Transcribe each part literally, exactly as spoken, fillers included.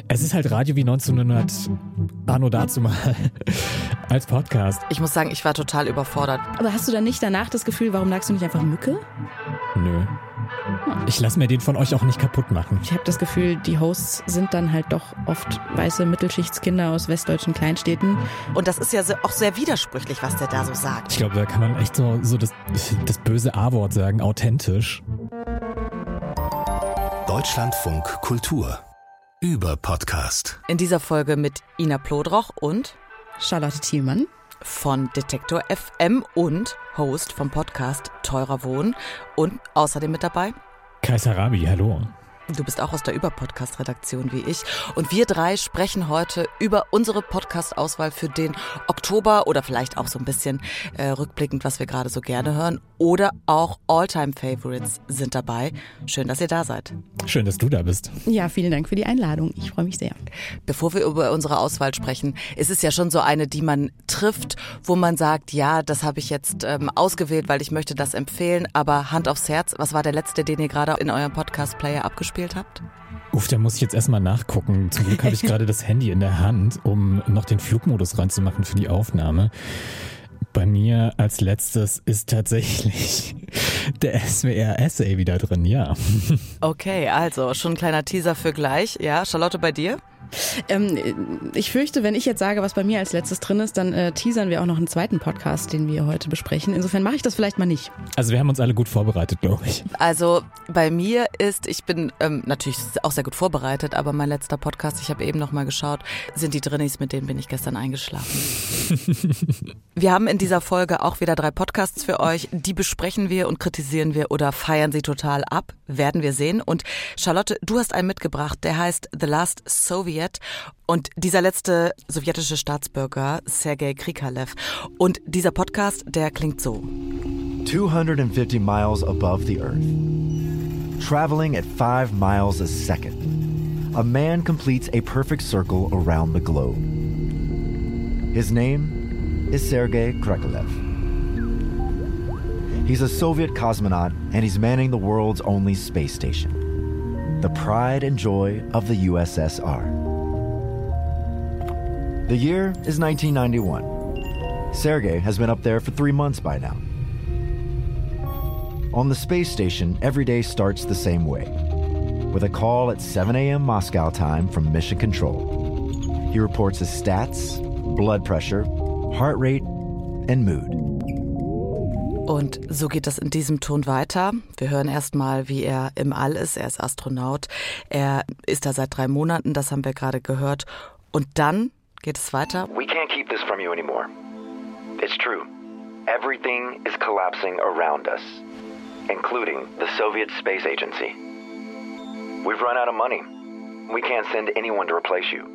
Es ist halt Radio wie neunzehnhundert Anno dazumal als Podcast. Ich muss sagen, ich war total überfordert. Aber hast du dann nicht danach das Gefühl, warum lagst du nicht einfach Mücke? Nö. Ich lasse mir den von euch auch nicht kaputt machen. Ich habe das Gefühl, die Hosts sind dann halt doch oft weiße Mittelschichtskinder aus westdeutschen Kleinstädten. Und das ist ja auch sehr widersprüchlich, was der da so sagt. Ich glaube, da kann man echt so, so das, das böse A-Wort sagen, authentisch. Deutschlandfunk Kultur über Podcast. In dieser Folge mit Ina Plodroch und Charlotte Thielmann von Detektor F M und Host vom Podcast Teurer Wohnen und außerdem mit dabei Kaiser Rabi, hallo. Du bist auch aus der Über-Podcast-Redaktion wie ich. Und wir drei sprechen heute über unsere Podcast-Auswahl für den Oktober oder vielleicht auch so ein bisschen äh, rückblickend, was wir gerade so gerne hören. Oder auch All-Time-Favorites sind dabei. Schön, dass ihr da seid. Schön, dass du da bist. Ja, vielen Dank für die Einladung. Ich freue mich sehr. Bevor wir über unsere Auswahl sprechen, ist es ja schon so eine, die man trifft, wo man sagt, ja, das habe ich jetzt ähm, ausgewählt, weil ich möchte das empfehlen. Aber Hand aufs Herz, was war der letzte, den ihr gerade in eurem Podcast-Player abgespielt habt? Uff, da muss ich jetzt erstmal nachgucken. Zum Glück habe ich gerade das Handy in der Hand, um noch den Flugmodus reinzumachen für die Aufnahme. Bei mir als letztes ist tatsächlich der S W R-Essay wieder drin, ja. Okay, also schon ein kleiner Teaser für gleich. Ja, Charlotte, bei dir? Ähm, ich fürchte, wenn ich jetzt sage, was bei mir als letztes drin ist, dann äh, teasern wir auch noch einen zweiten Podcast, den wir heute besprechen. Insofern mache ich das vielleicht mal nicht. Also wir haben uns alle gut vorbereitet, glaube ich. Also bei mir ist, ich bin ähm, natürlich auch sehr gut vorbereitet, aber mein letzter Podcast, ich habe eben noch mal geschaut, sind die Drinnies, mit denen bin ich gestern eingeschlafen. Wir haben in dieser Folge auch wieder drei Podcasts für euch. Die besprechen wir und kritisieren wir oder feiern sie total ab. Werden wir sehen. Und Charlotte, du hast einen mitgebracht, der heißt The Last Soviet. Und dieser letzte sowjetische Staatsbürger, Sergei Krikalev. Und dieser Podcast, der klingt so. two hundred fifty miles above the Earth. Traveling at five miles a second. A man completes a perfect circle around the globe. His name is Sergei Krikalev. He's a Soviet cosmonaut and he's manning the world's only space station. The pride and joy of the U S S R. The year is nineteen ninety-one. Sergei has been up there for three months by now. On the space station, every day starts the same way, with a call at seven a.m. Moscow time from Mission Control. He reports his stats, blood pressure, heart rate and mood. Und so geht das in diesem Ton weiter. Wir hören erstmal, wie er im All ist. Er ist Astronaut. Er ist da seit drei Monaten, das haben wir gerade gehört. Und dann geht es weiter. We can't keep this from you anymore. It's true. Everything is collapsing around us, including the Soviet Space Agency. We've run out of money. We can't send anyone to replace you.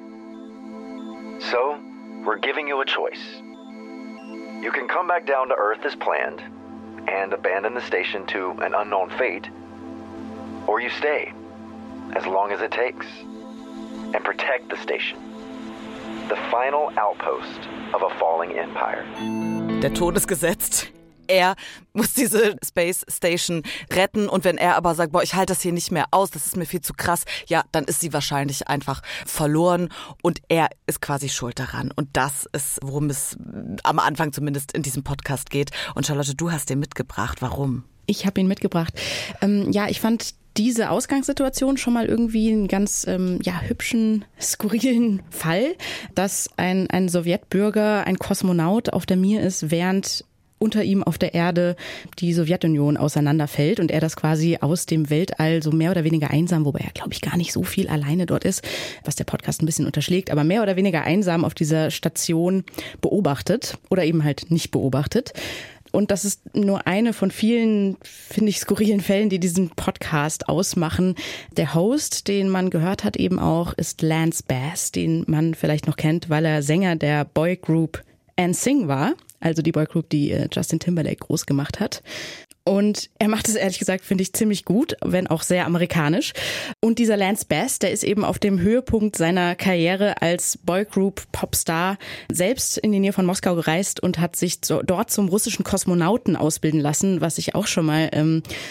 So, we're giving you a choice. You can come back down to Earth as planned and abandon the station to an unknown fate, or you stay as long as it takes and protect the station. The final outpost of a falling empire. Der Ton ist gesetzt. Er muss diese Space Station retten und wenn er aber sagt, boah, ich halte das hier nicht mehr aus, das ist mir viel zu krass, ja, dann ist sie wahrscheinlich einfach verloren und er ist quasi schuld daran. Und das ist, worum es am Anfang zumindest in diesem Podcast geht. Und Charlotte, du hast den mitgebracht. Warum? Ich habe ihn mitgebracht. Ähm, ja, ich fand diese Ausgangssituation schon mal irgendwie einen ganz ähm, ja, hübschen, skurrilen Fall, dass ein, ein Sowjetbürger, ein Kosmonaut auf der Mir ist, während unter ihm auf der Erde die Sowjetunion auseinanderfällt und er das quasi aus dem Weltall so mehr oder weniger einsam, wobei er, glaube ich, gar nicht so viel alleine dort ist, was der Podcast ein bisschen unterschlägt, aber mehr oder weniger einsam auf dieser Station beobachtet oder eben halt nicht beobachtet. Und das ist nur eine von vielen, finde ich, skurrilen Fällen, die diesen Podcast ausmachen. Der Host, den man gehört hat eben auch, ist Lance Bass, den man vielleicht noch kennt, weil er Sänger der Boygroup N Sync war. Also die Boygroup, die Justin Timberlake groß gemacht hat. Und er macht es ehrlich gesagt, finde ich, ziemlich gut, wenn auch sehr amerikanisch. Und dieser Lance Bass, der ist eben auf dem Höhepunkt seiner Karriere als Boygroup-Popstar selbst in die Nähe von Moskau gereist und hat sich so, dort zum russischen Kosmonauten ausbilden lassen, was ich auch schon mal ähm,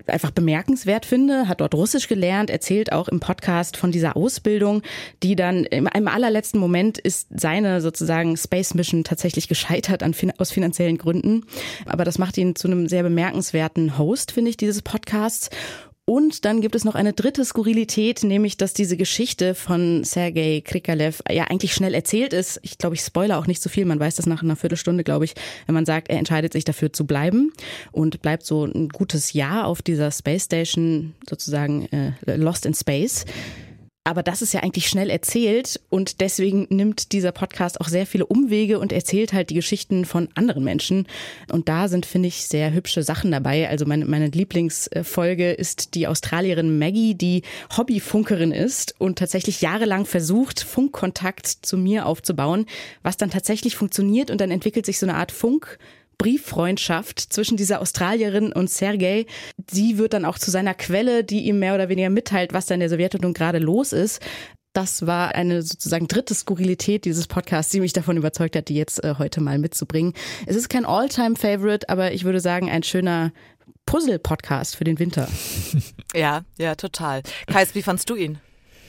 einfach bemerkenswert finde, hat dort Russisch gelernt, erzählt auch im Podcast von dieser Ausbildung, die dann im, im allerletzten Moment ist seine sozusagen Space Mission tatsächlich gescheitert an, aus finanziellen Gründen. Aber das macht ihn zu einem sehr bemerkenswerten Host, finde ich, dieses Podcasts. Und dann gibt es noch eine dritte Skurrilität, nämlich, dass diese Geschichte von Sergei Krikalev ja eigentlich schnell erzählt ist. Ich glaube, ich spoilere auch nicht so viel. Man weiß das nach einer Viertelstunde, glaube ich, wenn man sagt, er entscheidet sich dafür zu bleiben und bleibt so ein gutes Jahr auf dieser Space Station, sozusagen äh, Lost in Space. Aber das ist ja eigentlich schnell erzählt und deswegen nimmt dieser Podcast auch sehr viele Umwege und erzählt halt die Geschichten von anderen Menschen. Und da sind, finde ich, sehr hübsche Sachen dabei. Also meine, meine Lieblingsfolge ist die Australierin Maggie, die Hobbyfunkerin ist und tatsächlich jahrelang versucht, Funkkontakt zu mir aufzubauen, was dann tatsächlich funktioniert und dann entwickelt sich so eine Art Funk. Brieffreundschaft zwischen dieser Australierin und Sergei. Sie wird dann auch zu seiner Quelle, die ihm mehr oder weniger mitteilt, was da in der Sowjetunion gerade los ist. Das war eine sozusagen dritte Skurrilität dieses Podcasts, die mich davon überzeugt hat, die jetzt äh, heute mal mitzubringen. Es ist kein All-Time-Favorite, aber ich würde sagen, ein schöner Puzzle-Podcast für den Winter. Ja, ja, total. Kais, wie fandst du ihn?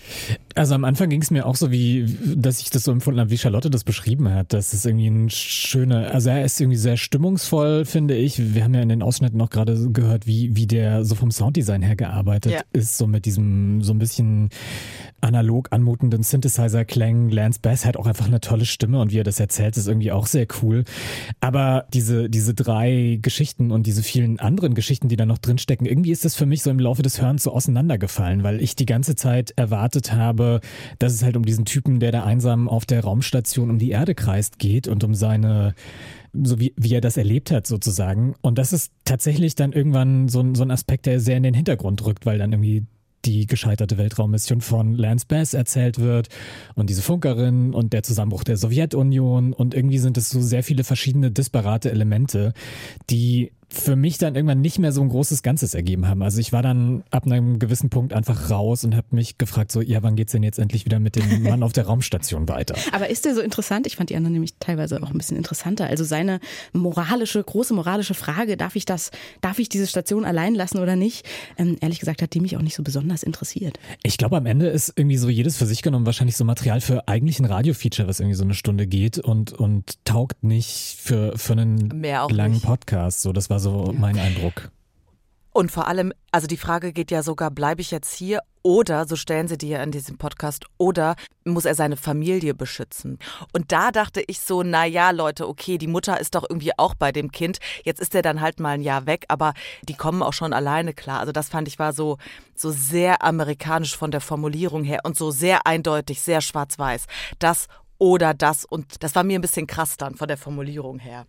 Also am Anfang ging es mir auch so, wie, dass ich das so empfunden habe, wie Charlotte das beschrieben hat. Das ist irgendwie ein schöner, also er ist irgendwie sehr stimmungsvoll, finde ich. Wir haben ja in den Ausschnitten noch gerade gehört, wie, wie der so vom Sounddesign her gearbeitet ja. ist, so mit diesem so ein bisschen analog anmutenden Synthesizer-Klängen. Lance Bass hat auch einfach eine tolle Stimme und wie er das erzählt, ist irgendwie auch sehr cool. Aber diese, diese drei Geschichten und diese vielen anderen Geschichten, die da noch drinstecken, irgendwie ist das für mich so im Laufe des Hörens so auseinandergefallen, weil ich die ganze Zeit erwartet habe, dass es halt um diesen Typen, der da einsam auf der Raumstation um die Erde kreist, geht und um seine, so wie, wie er das erlebt hat sozusagen. Und das ist tatsächlich dann irgendwann so ein, so ein Aspekt, der sehr in den Hintergrund rückt, weil dann irgendwie die gescheiterte Weltraummission von Lance Bass erzählt wird und diese Funkerin und der Zusammenbruch der Sowjetunion und irgendwie sind es so sehr viele verschiedene disparate Elemente, die für mich dann irgendwann nicht mehr so ein großes Ganzes ergeben haben. Also ich war dann ab einem gewissen Punkt einfach raus und habe mich gefragt, so, ja, wann geht's denn jetzt endlich wieder mit dem Mann auf der Raumstation weiter? Aber ist der so interessant? Ich fand die anderen nämlich teilweise auch ein bisschen interessanter. Also seine moralische, große moralische Frage, darf ich das, darf ich diese Station allein lassen oder nicht? Ähm, ehrlich gesagt hat die mich auch nicht so besonders interessiert. Ich glaube, am Ende ist irgendwie so jedes für sich genommen wahrscheinlich so Material für eigentlich ein Radiofeature, was irgendwie so eine Stunde geht und, und taugt nicht für, für einen langen nicht. Podcast. So, das war so mein Eindruck. Und vor allem, also die Frage geht ja sogar, bleibe ich jetzt hier oder, so stellen sie dir ja in diesem Podcast, oder muss er seine Familie beschützen? Und da dachte ich so, na ja, Leute, okay, die Mutter ist doch irgendwie auch bei dem Kind. Jetzt ist er dann halt mal ein Jahr weg, aber die kommen auch schon alleine klar. Also das fand ich war so, so sehr amerikanisch von der Formulierung her und so sehr eindeutig, sehr schwarz-weiß. Das oder das und das war mir ein bisschen krass dann von der Formulierung her.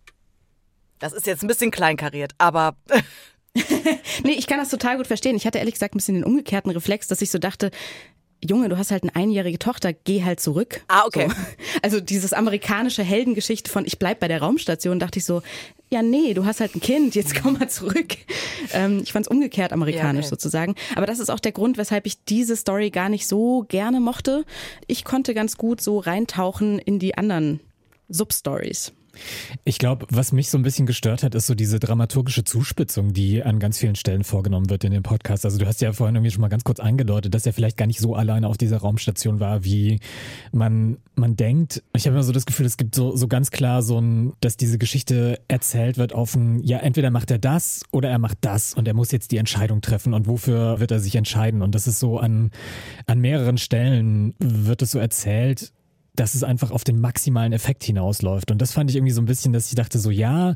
Das ist jetzt ein bisschen kleinkariert, aber... Nee, ich kann das total gut verstehen. Ich hatte ehrlich gesagt ein bisschen den umgekehrten Reflex, dass ich so dachte, Junge, du hast halt eine einjährige Tochter, geh halt zurück. Ah, okay. So. Also dieses amerikanische Heldengeschichte von ich bleib bei der Raumstation, dachte ich so, ja nee, du hast halt ein Kind, jetzt komm mal zurück. Ähm, ich fand es umgekehrt amerikanisch ja, okay. sozusagen. Aber das ist auch der Grund, weshalb ich diese Story gar nicht so gerne mochte. Ich konnte ganz gut so reintauchen in die anderen Substories. Ich glaube, was mich so ein bisschen gestört hat, ist so diese dramaturgische Zuspitzung, die an ganz vielen Stellen vorgenommen wird in dem Podcast. Also du hast ja vorhin irgendwie schon mal ganz kurz angedeutet, dass er vielleicht gar nicht so alleine auf dieser Raumstation war, wie man, man denkt. Ich habe immer so das Gefühl, es gibt so, so ganz klar so ein, dass diese Geschichte erzählt wird auf ein, ja, entweder macht er das oder er macht das und er muss jetzt die Entscheidung treffen und wofür wird er sich entscheiden? Und das ist so an, an mehreren Stellen wird es so erzählt, dass es einfach auf den maximalen Effekt hinausläuft. Und das fand ich irgendwie so ein bisschen, dass ich dachte so, ja,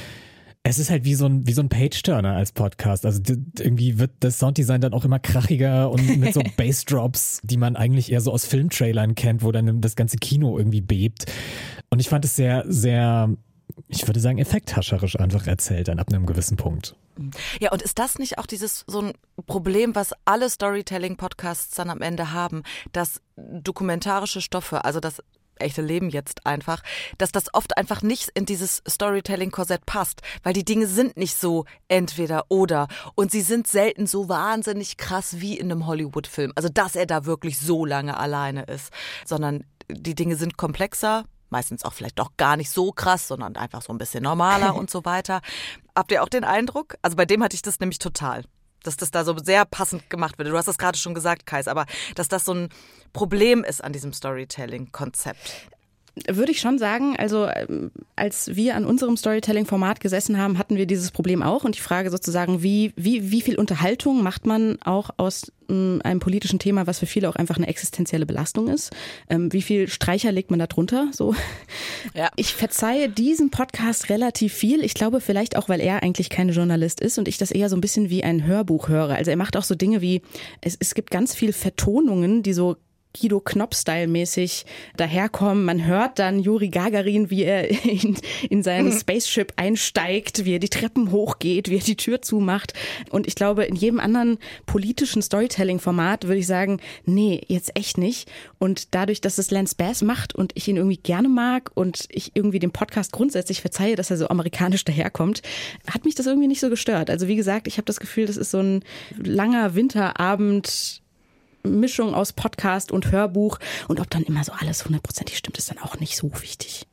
es ist halt wie so ein, wie so ein Page-Turner als Podcast. Also d- irgendwie wird das Sounddesign dann auch immer krachiger und mit so Bassdrops, die man eigentlich eher so aus Filmtrailern kennt, wo dann das ganze Kino irgendwie bebt. Und ich fand es sehr, sehr, ich würde sagen, effekthascherisch einfach erzählt dann ab einem gewissen Punkt. Ja, und ist das nicht auch dieses so ein Problem, was alle Storytelling-Podcasts dann am Ende haben, dass dokumentarische Stoffe, also das echte Leben jetzt einfach, dass das oft einfach nicht in dieses Storytelling-Korsett passt, weil die Dinge sind nicht so entweder oder und sie sind selten so wahnsinnig krass wie in einem Hollywood-Film, also dass er da wirklich so lange alleine ist, sondern die Dinge sind komplexer, meistens auch vielleicht doch gar nicht so krass, sondern einfach so ein bisschen normaler und so weiter. Habt ihr auch den Eindruck? Also bei dem hatte ich das nämlich total. dass das da so sehr passend gemacht wird. Du hast das gerade schon gesagt, Kais, aber dass das so ein Problem ist an diesem Storytelling-Konzept. Würde ich schon sagen, also als wir an unserem Storytelling-Format gesessen haben, hatten wir dieses Problem auch und die Frage sozusagen, wie, wie, wie viel Unterhaltung macht man auch aus ähm, einem politischen Thema, was für viele auch einfach eine existenzielle Belastung ist? Ähm, wie viel Streicher legt man da drunter? So. Ja. Ich verzeihe diesem Podcast relativ viel. Ich glaube vielleicht auch, weil er eigentlich kein Journalist ist und ich das eher so ein bisschen wie ein Hörbuch höre. Also er macht auch so Dinge wie, es, es gibt ganz viel Vertonungen, die so Guido Knopp-Style-mäßig daherkommen. Man hört dann Juri Gagarin, wie er in, in seinen Spaceship einsteigt, wie er die Treppen hochgeht, wie er die Tür zumacht. Und ich glaube, in jedem anderen politischen Storytelling-Format würde ich sagen, nee, jetzt echt nicht. Und dadurch, dass es Lance Bass macht und ich ihn irgendwie gerne mag und ich irgendwie dem Podcast grundsätzlich verzeihe, dass er so amerikanisch daherkommt, hat mich das irgendwie nicht so gestört. Also wie gesagt, ich habe das Gefühl, das ist so ein langer Winterabend, Mischung aus Podcast und Hörbuch und ob dann immer so alles hundertprozentig stimmt, ist dann auch nicht so wichtig.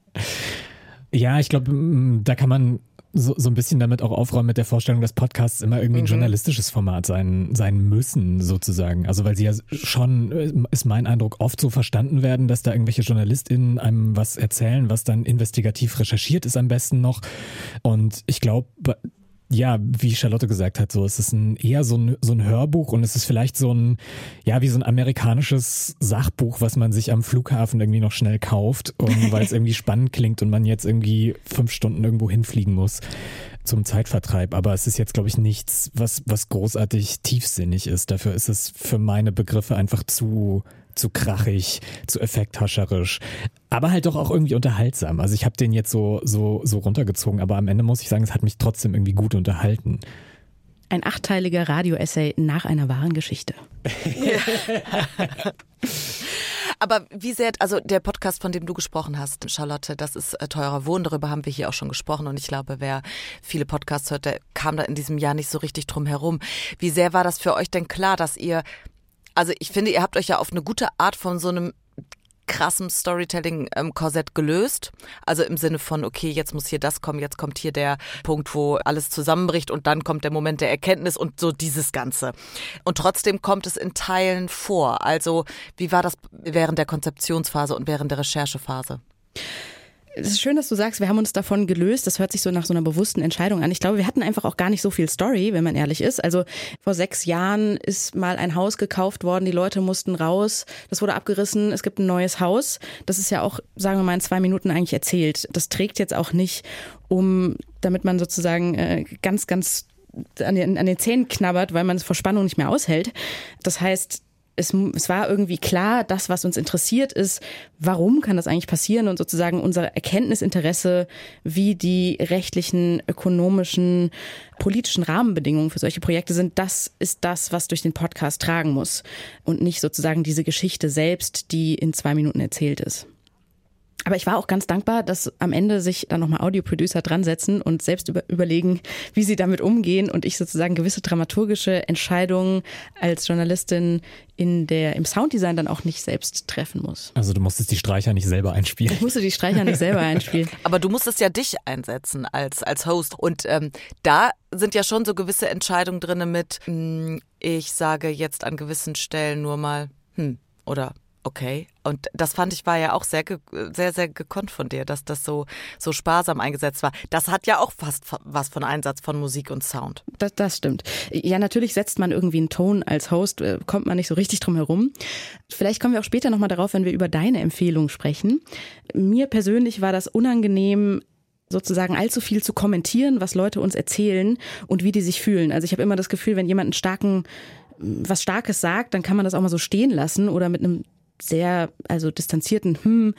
Ja, ich glaube, da kann man so, so ein bisschen damit auch aufräumen mit der Vorstellung, dass Podcasts immer irgendwie ein mhm. journalistisches Format sein, sein müssen sozusagen. Also weil sie ja schon, ist mein Eindruck, oft so verstanden werden, dass da irgendwelche JournalistInnen einem was erzählen, was dann investigativ recherchiert ist am besten noch. Und ich glaube, ja, wie Charlotte gesagt hat, so es ist ein, eher so ein, so ein Hörbuch und es ist vielleicht so ein, ja, wie so ein amerikanisches Sachbuch, was man sich am Flughafen irgendwie noch schnell kauft, um, weil es irgendwie spannend klingt und man jetzt irgendwie fünf Stunden irgendwo hinfliegen muss zum Zeitvertreib. Aber es ist jetzt, glaube ich, nichts, was, was großartig tiefsinnig ist. Dafür ist es für meine Begriffe einfach zu zu krachig, zu effekthascherisch, aber halt doch auch irgendwie unterhaltsam. Also ich habe den jetzt so, so, so runtergezogen, aber am Ende muss ich sagen, es hat mich trotzdem irgendwie gut unterhalten. Ein achteiliger Radio-Essay nach einer wahren Geschichte. Aber wie sehr, also der Podcast, von dem du gesprochen hast, Charlotte, das ist äh, Teurer Wohnen, darüber haben wir hier auch schon gesprochen und ich glaube, wer viele Podcasts hört, der kam da in diesem Jahr nicht so richtig drum herum. Wie sehr war das für euch denn klar, dass ihr, also ich finde, ihr habt euch ja auf eine gute Art von so einem krassen Storytelling-Korsett ähm, gelöst. Also im Sinne von, okay, jetzt muss hier das kommen, jetzt kommt hier der Punkt, wo alles zusammenbricht und dann kommt der Moment der Erkenntnis und so dieses Ganze. Und trotzdem kommt es in Teilen vor. Also wie war das während der Konzeptionsphase und während der Recherchephase? Es ist schön, dass du sagst, wir haben uns davon gelöst. Das hört sich so nach so einer bewussten Entscheidung an. Ich glaube, wir hatten einfach auch gar nicht so viel Story, wenn man ehrlich ist. Also vor sechs Jahren ist mal ein Haus gekauft worden. Die Leute mussten raus. Das wurde abgerissen. Es gibt ein neues Haus. Das ist ja auch, sagen wir mal, in zwei Minuten eigentlich erzählt. Das trägt jetzt auch nicht, um, damit man sozusagen äh, ganz, ganz an den, an den Zähnen knabbert, weil man es vor Spannung nicht mehr aushält. Das heißt, Es, es war irgendwie klar, das, was uns interessiert ist, warum kann das eigentlich passieren und sozusagen unser Erkenntnisinteresse, wie die rechtlichen, ökonomischen, politischen Rahmenbedingungen für solche Projekte sind, das ist das, was durch den Podcast tragen muss und nicht sozusagen diese Geschichte selbst, die in zwei Minuten erzählt ist. Aber ich war auch ganz dankbar, dass am Ende sich dann nochmal Audioproducer dran setzen und selbst über, überlegen, wie sie damit umgehen und ich sozusagen gewisse dramaturgische Entscheidungen als Journalistin in der, im Sounddesign dann auch nicht selbst treffen muss. Also du musstest die Streicher nicht selber einspielen. Ich musste die Streicher nicht selber einspielen. Aber du musstest ja dich einsetzen als, als Host und ähm, da sind ja schon so gewisse Entscheidungen drin mit, mh, ich sage jetzt an gewissen Stellen nur mal, hm, oder okay. Und das fand ich war ja auch sehr, sehr, sehr gekonnt von dir, dass das so, so sparsam eingesetzt war. Das hat ja auch fast was von Einsatz von Musik und Sound. Das, das stimmt. Ja, natürlich setzt man irgendwie einen Ton als Host, kommt man nicht so richtig drum herum. Vielleicht kommen wir auch später nochmal darauf, wenn wir über deine Empfehlung sprechen. Mir persönlich war das unangenehm, sozusagen allzu viel zu kommentieren, was Leute uns erzählen und wie die sich fühlen. Also ich habe immer das Gefühl, wenn jemand einen starken, was Starkes sagt, dann kann man das auch mal so stehen lassen oder mit einem sehr, also distanzierten Hm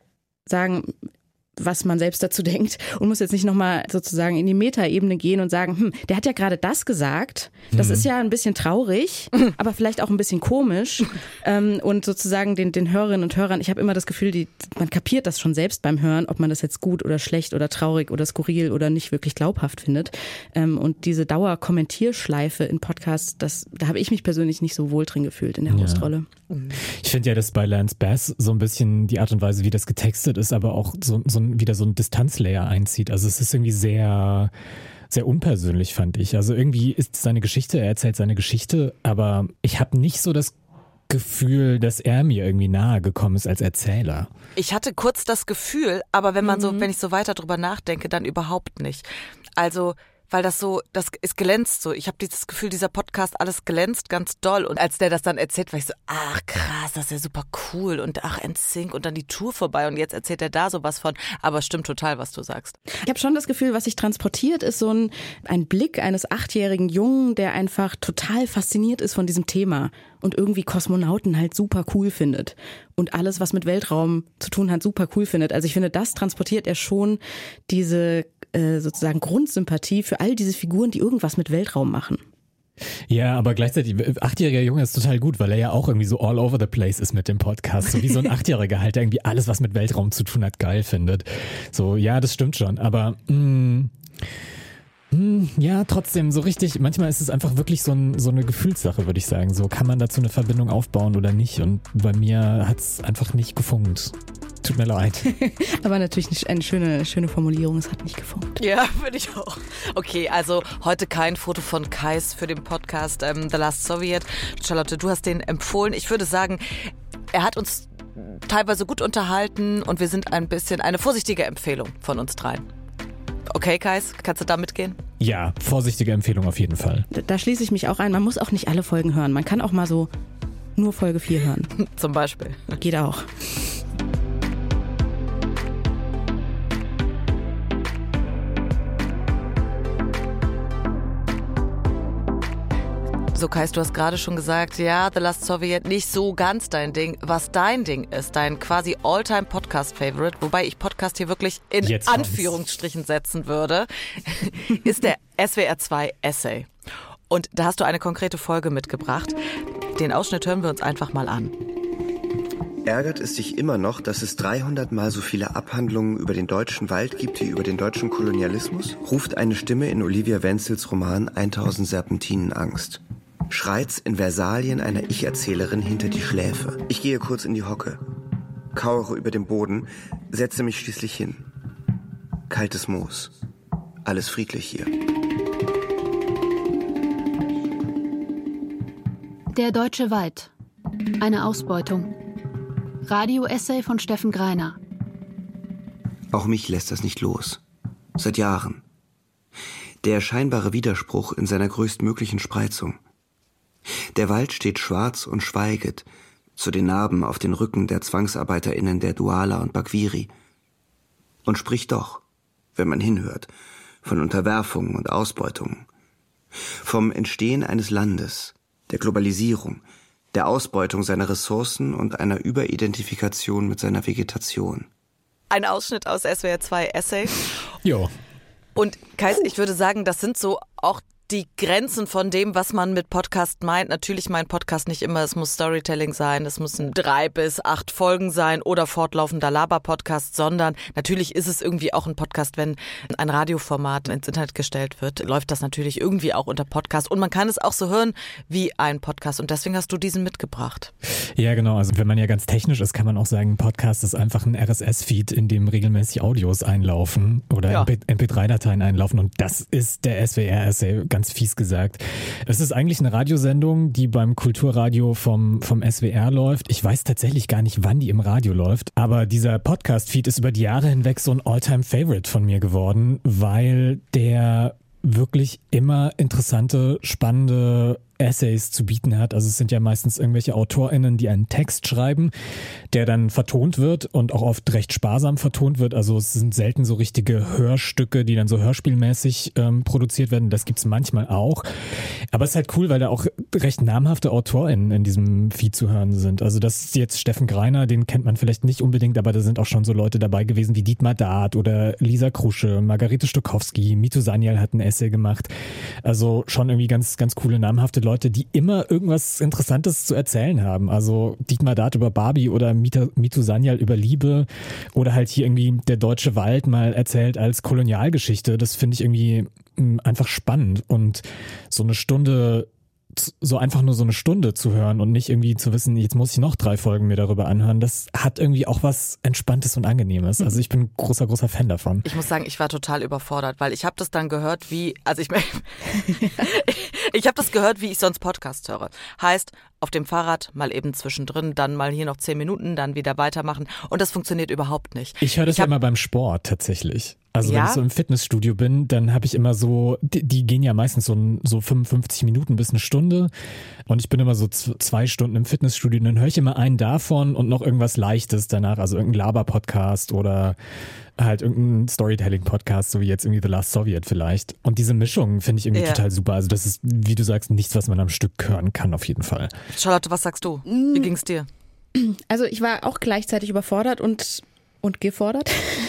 sagen, was man selbst dazu denkt und muss jetzt nicht nochmal sozusagen in die Metaebene gehen und sagen, hm, der hat ja gerade das gesagt, das mhm. ist ja ein bisschen traurig, aber vielleicht auch ein bisschen komisch ähm, und sozusagen den, den Hörerinnen und Hörern, ich habe immer das Gefühl, die, man kapiert das schon selbst beim Hören, ob man das jetzt gut oder schlecht oder traurig oder skurril oder nicht wirklich glaubhaft findet ähm, und diese Dauer-Kommentierschleife in Podcasts, das, da habe ich mich persönlich nicht so wohl drin gefühlt in der ja. Hostrolle. Ich finde ja, dass bei Lance Bass so ein bisschen die Art und Weise, wie das getextet ist, aber auch so, so ein, wieder so ein Distanzlayer einzieht. Also es ist irgendwie sehr, sehr unpersönlich, fand ich. Also irgendwie ist seine Geschichte, er erzählt seine Geschichte, aber ich habe nicht so das Gefühl, dass er mir irgendwie nahe gekommen ist als Erzähler. Ich hatte kurz das Gefühl, aber wenn man so, wenn ich so weiter drüber nachdenke, dann überhaupt nicht. Also, weil das so, das ist glänzt so. Ich habe dieses Gefühl, dieser Podcast, alles glänzt ganz doll. Und als der das dann erzählt, war ich so, ach krass, das ist ja super cool. Und ach, N Sync und dann die Tour vorbei. Und jetzt erzählt er da sowas von. Aber stimmt total, was du sagst. Ich habe schon das Gefühl, was sich transportiert, ist so ein, ein Blick eines achtjährigen Jungen, der einfach total fasziniert ist von diesem Thema und irgendwie Kosmonauten halt super cool findet. Und alles, was mit Weltraum zu tun hat, super cool findet. Also ich finde, das transportiert er schon, diese äh, sozusagen Grundsympathie für all diese Figuren, die irgendwas mit Weltraum machen. Ja, aber gleichzeitig, achtjähriger Junge ist total gut, weil er ja auch irgendwie so all over the place ist mit dem Podcast. So wie so ein Achtjähriger halt, der irgendwie alles, was mit Weltraum zu tun hat, geil findet. So, ja, das stimmt schon, aber mh, mh, ja, trotzdem so richtig, manchmal ist es einfach wirklich so, ein, so eine Gefühlssache, würde ich sagen. So, kann man dazu eine Verbindung aufbauen oder nicht? Und bei mir hat es einfach nicht gefunkt. Tut mir leid. Aber natürlich eine schöne, schöne Formulierung, es hat nicht gefunkt. Ja, finde ich auch. Okay, also heute kein Foto von Kais für den Podcast ähm, The Last Soviet. Charlotte, du hast den empfohlen. Ich würde sagen, er hat uns teilweise gut unterhalten und wir sind ein bisschen eine vorsichtige Empfehlung von uns dreien. Okay, Kais, kannst du da mitgehen? Ja, vorsichtige Empfehlung auf jeden Fall. Da, da schließe ich mich auch ein. Man muss auch nicht alle Folgen hören. Man kann auch mal so nur Folge vier hören. Zum Beispiel. Geht auch. So, Kais, du hast gerade schon gesagt, ja, The Last Soviet nicht so ganz dein Ding. Was dein Ding ist, dein quasi All-Time-Podcast-Favorite, wobei ich Podcast hier wirklich in Jetzt Anführungsstrichen setzen würde, ist der S W R zwei Essay. Und da hast du eine konkrete Folge mitgebracht. Den Ausschnitt hören wir uns einfach mal an. Ärgert es dich immer noch, dass es dreihundert Mal so viele Abhandlungen über den deutschen Wald gibt wie über den deutschen Kolonialismus? Ruft eine Stimme in Olivia Wenzels Roman tausend Serpentinen Angst. Schreit's in Versalien einer Ich-Erzählerin hinter die Schläfe. Ich gehe kurz in die Hocke, kauere über den Boden, setze mich schließlich hin. Kaltes Moos. Alles friedlich hier. Der deutsche Wald. Eine Ausbeutung. Radio-Essay von Steffen Greiner. Auch mich lässt das nicht los. Seit Jahren. Der scheinbare Widerspruch in seiner größtmöglichen Spreizung. Der Wald steht schwarz und schweiget zu den Narben auf den Rücken der ZwangsarbeiterInnen der Duala und Bakwiri und spricht doch, wenn man hinhört, von Unterwerfung und Ausbeutung, vom Entstehen eines Landes, der Globalisierung, der Ausbeutung seiner Ressourcen und einer Überidentifikation mit seiner Vegetation. Ein Ausschnitt aus S W R zwei Essay. Jo. Und Kais, ich würde sagen, das sind so auch die Grenzen von dem, was man mit Podcast meint. Natürlich mein Podcast nicht immer, es muss Storytelling sein, es müssen drei bis acht Folgen sein oder fortlaufender Laber-Podcast, sondern natürlich ist es irgendwie auch ein Podcast, wenn ein Radioformat ins Internet gestellt wird, läuft das natürlich irgendwie auch unter Podcast und man kann es auch so hören wie ein Podcast und deswegen hast du diesen mitgebracht. Ja, genau. Also wenn man ja ganz technisch ist, kann man auch sagen, ein Podcast ist einfach ein R S S-Feed, in dem regelmäßig Audios einlaufen oder Ja. M P drei Dateien einlaufen und das ist der S W R-Essay, ganz fies gesagt. Es ist eigentlich eine Radiosendung, die beim Kulturradio vom, vom S W R läuft. Ich weiß tatsächlich gar nicht, wann die im Radio läuft, aber dieser Podcast-Feed ist über die Jahre hinweg so ein All-Time-Favorite von mir geworden, weil der wirklich immer interessante, spannende Essays zu bieten hat. Also es sind ja meistens irgendwelche AutorInnen, die einen Text schreiben, der dann vertont wird und auch oft recht sparsam vertont wird. Also es sind selten so richtige Hörstücke, die dann so hörspielmäßig ähm, produziert werden. Das gibt's manchmal auch. Aber es ist halt cool, weil da auch recht namhafte AutorInnen in diesem Feed zu hören sind. Also das ist jetzt Steffen Greiner, den kennt man vielleicht nicht unbedingt, aber da sind auch schon so Leute dabei gewesen wie Dietmar Dart oder Lisa Krusche, Margarete Stokowski, Mito Sanyal hat ein Essay gemacht. Also schon irgendwie ganz, ganz coole, namhafte Leute, die immer irgendwas Interessantes zu erzählen haben. Also Dietmar Dart über Barbie oder Mito, Mito Sanyal über Liebe oder halt hier irgendwie der deutsche Wald mal erzählt als Kolonialgeschichte. Das finde ich irgendwie mh, einfach spannend und so eine Stunde so einfach nur so eine Stunde zu hören und nicht irgendwie zu wissen, jetzt muss ich noch drei Folgen mir darüber anhören, das hat irgendwie auch was Entspanntes und Angenehmes. Also ich bin großer, großer Fan davon. Ich muss sagen, ich war total überfordert, weil ich habe das dann gehört, wie, also ich ich habe das gehört, wie ich sonst Podcasts höre. Heißt, auf dem Fahrrad mal eben zwischendrin, dann mal hier noch zehn Minuten, dann wieder weitermachen und das funktioniert überhaupt nicht. Ich höre das ich ja hab, immer beim Sport tatsächlich. Also ja? wenn ich so im Fitnessstudio bin, dann habe ich immer so, die, die gehen ja meistens so, so fünfundfünfzig Minuten bis eine Stunde und ich bin immer so z- zwei Stunden im Fitnessstudio und dann höre ich immer einen davon und noch irgendwas Leichtes danach, also irgendein Laber-Podcast oder halt irgendein Storytelling-Podcast, so wie jetzt irgendwie The Last Soviet vielleicht. Und diese Mischung finde ich irgendwie ja. total super. Also das ist, wie du sagst, nichts, was man am Stück hören kann auf jeden Fall. Charlotte, was sagst du? Wie ging's dir? Also ich war auch gleichzeitig überfordert und und gefordert.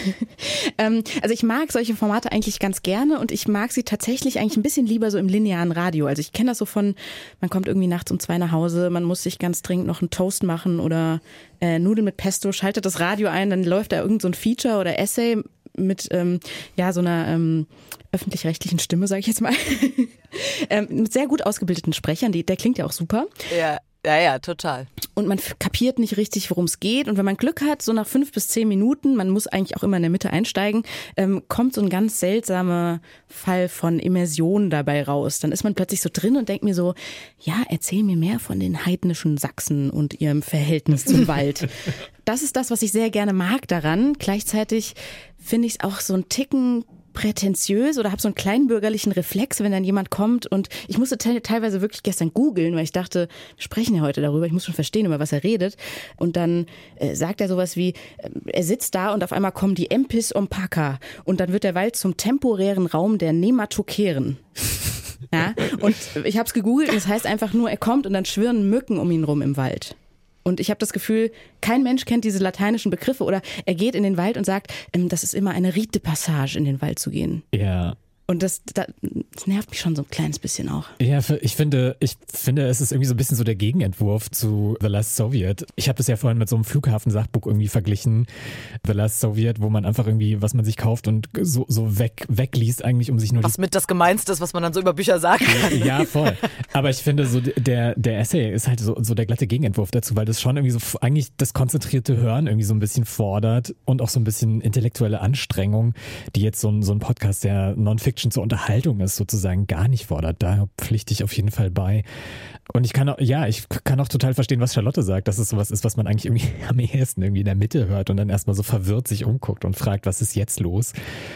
ähm, also ich mag solche Formate eigentlich ganz gerne und ich mag sie tatsächlich eigentlich ein bisschen lieber so im linearen Radio. Also ich kenne das so von, man kommt irgendwie nachts um zwei nach Hause, man muss sich ganz dringend noch einen Toast machen oder äh, Nudeln mit Pesto, schaltet das Radio ein, dann läuft da irgend so ein Feature oder Essay mit ähm, ja so einer ähm, öffentlich-rechtlichen Stimme, sage ich jetzt mal. ähm, mit sehr gut ausgebildeten Sprechern, die, der klingt ja auch super. Ja. Ja, ja, total. Und man kapiert nicht richtig, worum es geht. Und wenn man Glück hat, so nach fünf bis zehn Minuten, man muss eigentlich auch immer in der Mitte einsteigen, ähm, kommt so ein ganz seltsamer Fall von Immersion dabei raus. Dann ist man plötzlich so drin und denkt mir so, ja, erzähl mir mehr von den heidnischen Sachsen und ihrem Verhältnis zum Wald. Das ist das, was ich sehr gerne mag daran. Gleichzeitig finde ich es auch so ein Ticken prätentiös oder habe so einen kleinbürgerlichen Reflex, wenn dann jemand kommt und ich musste te- teilweise wirklich gestern googeln, weil ich dachte, wir sprechen ja heute darüber, ich muss schon verstehen, über was er redet und dann äh, sagt er sowas wie, äh, er sitzt da und auf einmal kommen die Empis Ompaka und dann wird der Wald zum temporären Raum der Nematokeren. Ja? Und ich habe es gegoogelt und es heißt einfach nur, er kommt und dann schwirren Mücken um ihn rum im Wald. Und ich habe das Gefühl, kein Mensch kennt diese lateinischen Begriffe oder er geht in den Wald und sagt, ähm, das ist immer eine Rite de Passage, in den Wald zu gehen. Ja. Und das, das, das nervt mich schon so ein kleines bisschen auch. Ja, ich finde, ich finde, es ist irgendwie so ein bisschen so der Gegenentwurf zu The Last Soviet. Ich habe das ja vorhin mit so einem Flughafen-Sachbuch irgendwie verglichen. The Last Soviet, wo man einfach irgendwie, was man sich kauft und so, so weg, wegliest eigentlich, um sich nur... Was mit das Gemeinste ist, was man dann so über Bücher sagen kann. Ja, voll. Aber ich finde, so der, der Essay ist halt so, so der glatte Gegenentwurf dazu, weil das schon irgendwie so eigentlich das konzentrierte Hören irgendwie so ein bisschen fordert und auch so ein bisschen intellektuelle Anstrengung, die jetzt so ein, so ein Podcast, der Non-Fiction zur Unterhaltung ist, sozusagen gar nicht fordert. Da pflichte ich auf jeden Fall bei. Und ich kann auch, ja, ich kann auch total verstehen, was Charlotte sagt, dass es sowas ist, was man eigentlich irgendwie am ehesten irgendwie in der Mitte hört und dann erstmal so verwirrt sich umguckt und fragt, was ist jetzt los?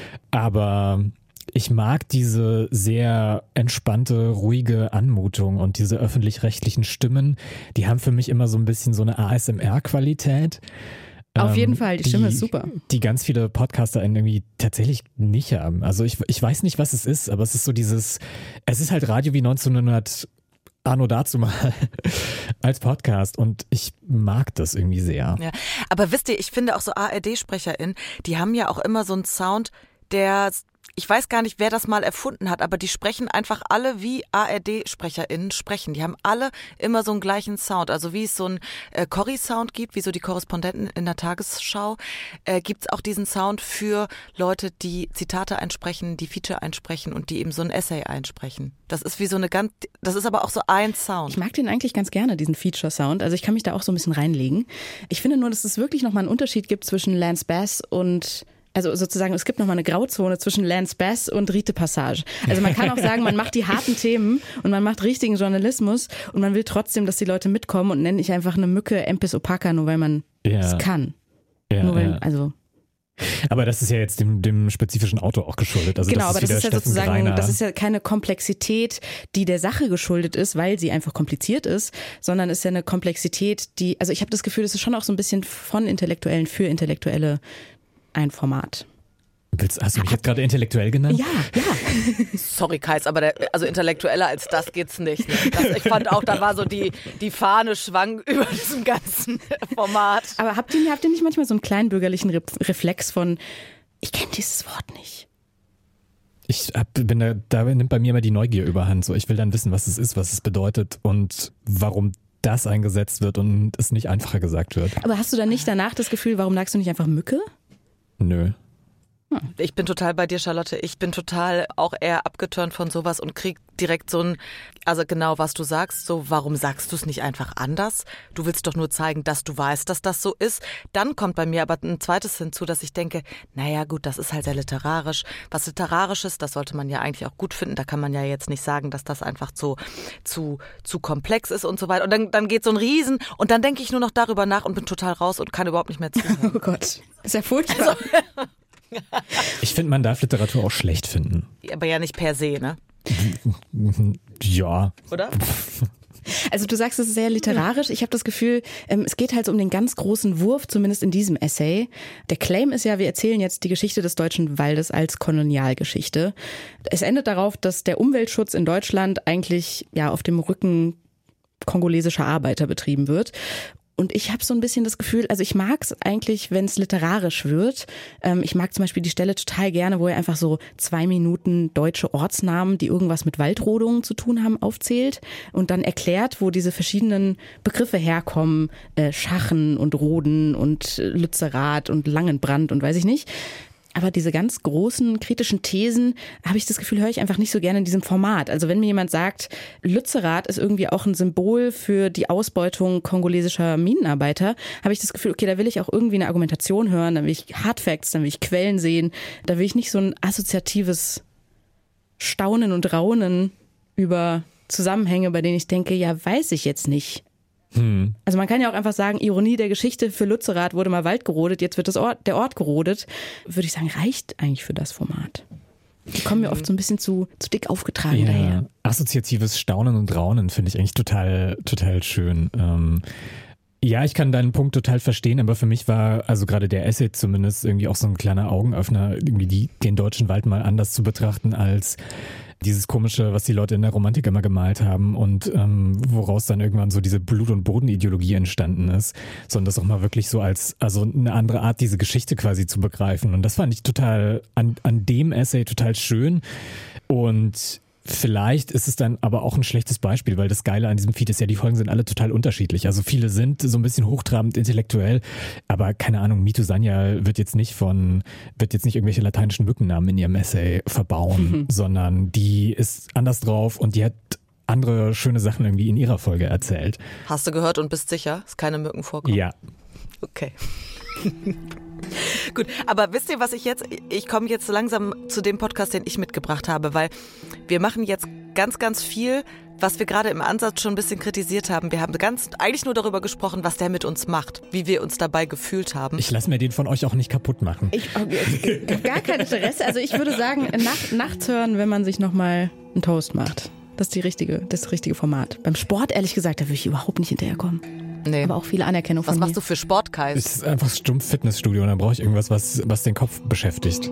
Aber ich mag diese sehr entspannte, ruhige Anmutung und diese öffentlich-rechtlichen Stimmen, die haben für mich immer so ein bisschen so eine A S M R-Qualität. Auf jeden Fall, die Stimme ist super. Die ganz viele Podcaster irgendwie tatsächlich nicht haben. Also ich, ich weiß nicht, was es ist, aber es ist so dieses, es ist halt Radio wie neunzehnhundert Anno dazu mal als Podcast und ich mag das irgendwie sehr. Ja, aber wisst ihr, ich finde auch so A R D-SprecherInnen, die haben ja auch immer so einen Sound, der... Ich weiß gar nicht, wer das mal erfunden hat, aber die sprechen einfach alle wie A R D-SprecherInnen sprechen. Die haben alle immer so einen gleichen Sound. Also wie es so einen äh, Corrie-Sound gibt, wie so die Korrespondenten in der Tagesschau, äh, gibt es auch diesen Sound für Leute, die Zitate einsprechen, die Feature einsprechen und die eben so ein Essay einsprechen. Das ist wie so eine ganz, das ist aber auch so ein Sound. Ich mag den eigentlich ganz gerne, diesen Feature-Sound. Also ich kann mich da auch so ein bisschen reinlegen. Ich finde nur, dass es wirklich nochmal einen Unterschied gibt zwischen Lance Bass und... Also sozusagen, es gibt nochmal eine Grauzone zwischen Lance Bass und Rite Passage. Also man kann auch sagen, man macht die harten Themen und man macht richtigen Journalismus und man will trotzdem, dass die Leute mitkommen und nennt nicht einfach eine Mücke Empis Opaca, nur weil man es ja. kann. Ja, nur weil, ja. also aber das ist ja jetzt dem, dem spezifischen Autor auch geschuldet. Also genau, das aber ist das ist ja Steffen sozusagen, Greiner. das ist ja keine Komplexität, die der Sache geschuldet ist, weil sie einfach kompliziert ist, sondern ist ja eine Komplexität, die, also ich habe das Gefühl, das ist schon auch so ein bisschen von Intellektuellen für Intellektuelle ein Format. Willst, hast du mich jetzt gerade intellektuell genannt? Ja, ja. Sorry, Kais, aber der, also intellektueller als das geht's nicht. Ne? Das, ich fand auch, da war so die, die Fahne schwang über diesem ganzen Format. Aber habt ihr, habt ihr nicht manchmal so einen kleinen bürgerlichen Re- Reflex von, ich kenne dieses Wort nicht? Ich hab, bin da, da nimmt bei mir immer die Neugier überhand. So, ich will dann wissen, was es ist, was es bedeutet und warum das eingesetzt wird und es nicht einfacher gesagt wird. Aber hast du dann nicht danach das Gefühl, warum sagst du nicht einfach Mücke? Nö. Ich bin total bei dir, Charlotte. Ich bin total auch eher abgeturnt von sowas und krieg direkt so ein, also genau was du sagst, so warum sagst du es nicht einfach anders? Du willst doch nur zeigen, dass du weißt, dass das so ist. Dann kommt bei mir aber ein zweites hinzu, dass ich denke, naja gut, das ist halt sehr literarisch. Was Literarisches, das sollte man ja eigentlich auch gut finden. Da kann man ja jetzt nicht sagen, dass das einfach zu, zu, zu komplex ist und so weiter. Und dann, dann geht so ein Riesen und dann denke ich nur noch darüber nach und bin total raus und kann überhaupt nicht mehr zuhören. Oh Gott, ist ja furchtbar. Also, ich finde, man darf Literatur auch schlecht finden. Aber ja nicht per se, ne? Ja. Oder? Also du sagst, es ist sehr literarisch. Ich habe das Gefühl, es geht halt um den ganz großen Wurf, zumindest in diesem Essay. Der Claim ist ja, wir erzählen jetzt die Geschichte des Deutschen Waldes als Kolonialgeschichte. Es endet darauf, dass der Umweltschutz in Deutschland eigentlich ja auf dem Rücken kongolesischer Arbeiter betrieben wird. Und ich habe so ein bisschen das Gefühl, also ich mag es eigentlich, wenn es literarisch wird. Ähm, ich mag zum Beispiel die Stelle total gerne, wo er einfach so zwei Minuten deutsche Ortsnamen, die irgendwas mit Waldrodungen zu tun haben, aufzählt und dann erklärt, wo diese verschiedenen Begriffe herkommen. Äh, Schachen und Roden und Lützerath und Langenbrand und weiß ich nicht. Aber diese ganz großen kritischen Thesen, habe ich das Gefühl, höre ich einfach nicht so gerne in diesem Format. Also wenn mir jemand sagt, Lützerath ist irgendwie auch ein Symbol für die Ausbeutung kongolesischer Minenarbeiter, habe ich das Gefühl, okay, da will ich auch irgendwie eine Argumentation hören, dann will ich Hardfacts, dann will ich Quellen sehen, da will ich nicht so ein assoziatives Staunen und Raunen über Zusammenhänge, bei denen ich denke, ja, weiß ich jetzt nicht. Hm. Also man kann ja auch einfach sagen, Ironie der Geschichte, für Lützerath wurde mal Wald gerodet, jetzt wird das Ort, der Ort gerodet. Würde ich sagen, reicht eigentlich für das Format. Die kommen mir oft so ein bisschen zu, zu dick aufgetragen ja, daher. Assoziatives Staunen und Raunen finde ich eigentlich total, total schön. Ähm, ja, ich kann deinen Punkt total verstehen, aber für mich war also gerade der Essay zumindest irgendwie auch so ein kleiner Augenöffner, irgendwie die, den deutschen Wald mal anders zu betrachten als dieses Komische, was die Leute in der Romantik immer gemalt haben und ähm, woraus dann irgendwann so diese Blut- und Bodenideologie entstanden ist, sondern das auch mal wirklich so als, also eine andere Art, diese Geschichte quasi zu begreifen. Und das fand ich total an, an dem Essay total schön. Und vielleicht ist es dann aber auch ein schlechtes Beispiel, weil das Geile an diesem Feed ist ja, die Folgen sind alle total unterschiedlich. Also viele sind so ein bisschen hochtrabend intellektuell, aber keine Ahnung, Mitu Sanya wird jetzt nicht von, wird jetzt nicht irgendwelche lateinischen Mückennamen in ihrem Essay verbauen, mhm. sondern die ist anders drauf und die hat andere schöne Sachen irgendwie in ihrer Folge erzählt. Hast du gehört und bist sicher, dass keine Mücken vorkommen? Ja. Okay. Gut, aber wisst ihr, was ich jetzt, ich komme jetzt langsam zu dem Podcast, den ich mitgebracht habe, weil wir machen jetzt ganz, ganz viel, was wir gerade im Ansatz schon ein bisschen kritisiert haben. Wir haben ganz eigentlich nur darüber gesprochen, was der mit uns macht, wie wir uns dabei gefühlt haben. Ich lasse mir den von euch auch nicht kaputt machen. Ich habe gar kein Interesse. Also ich würde sagen, nach, nachts hören, wenn man sich nochmal einen Toast macht. Das ist die richtige, das richtige Format. Beim Sport, ehrlich gesagt, da würde ich überhaupt nicht hinterherkommen. Nee. Aber auch viele Anerkennung von Was mir. machst du für Sport, Kai? Es ist einfach stumpf Fitnessstudio und dann brauche ich irgendwas, was, was den Kopf beschäftigt.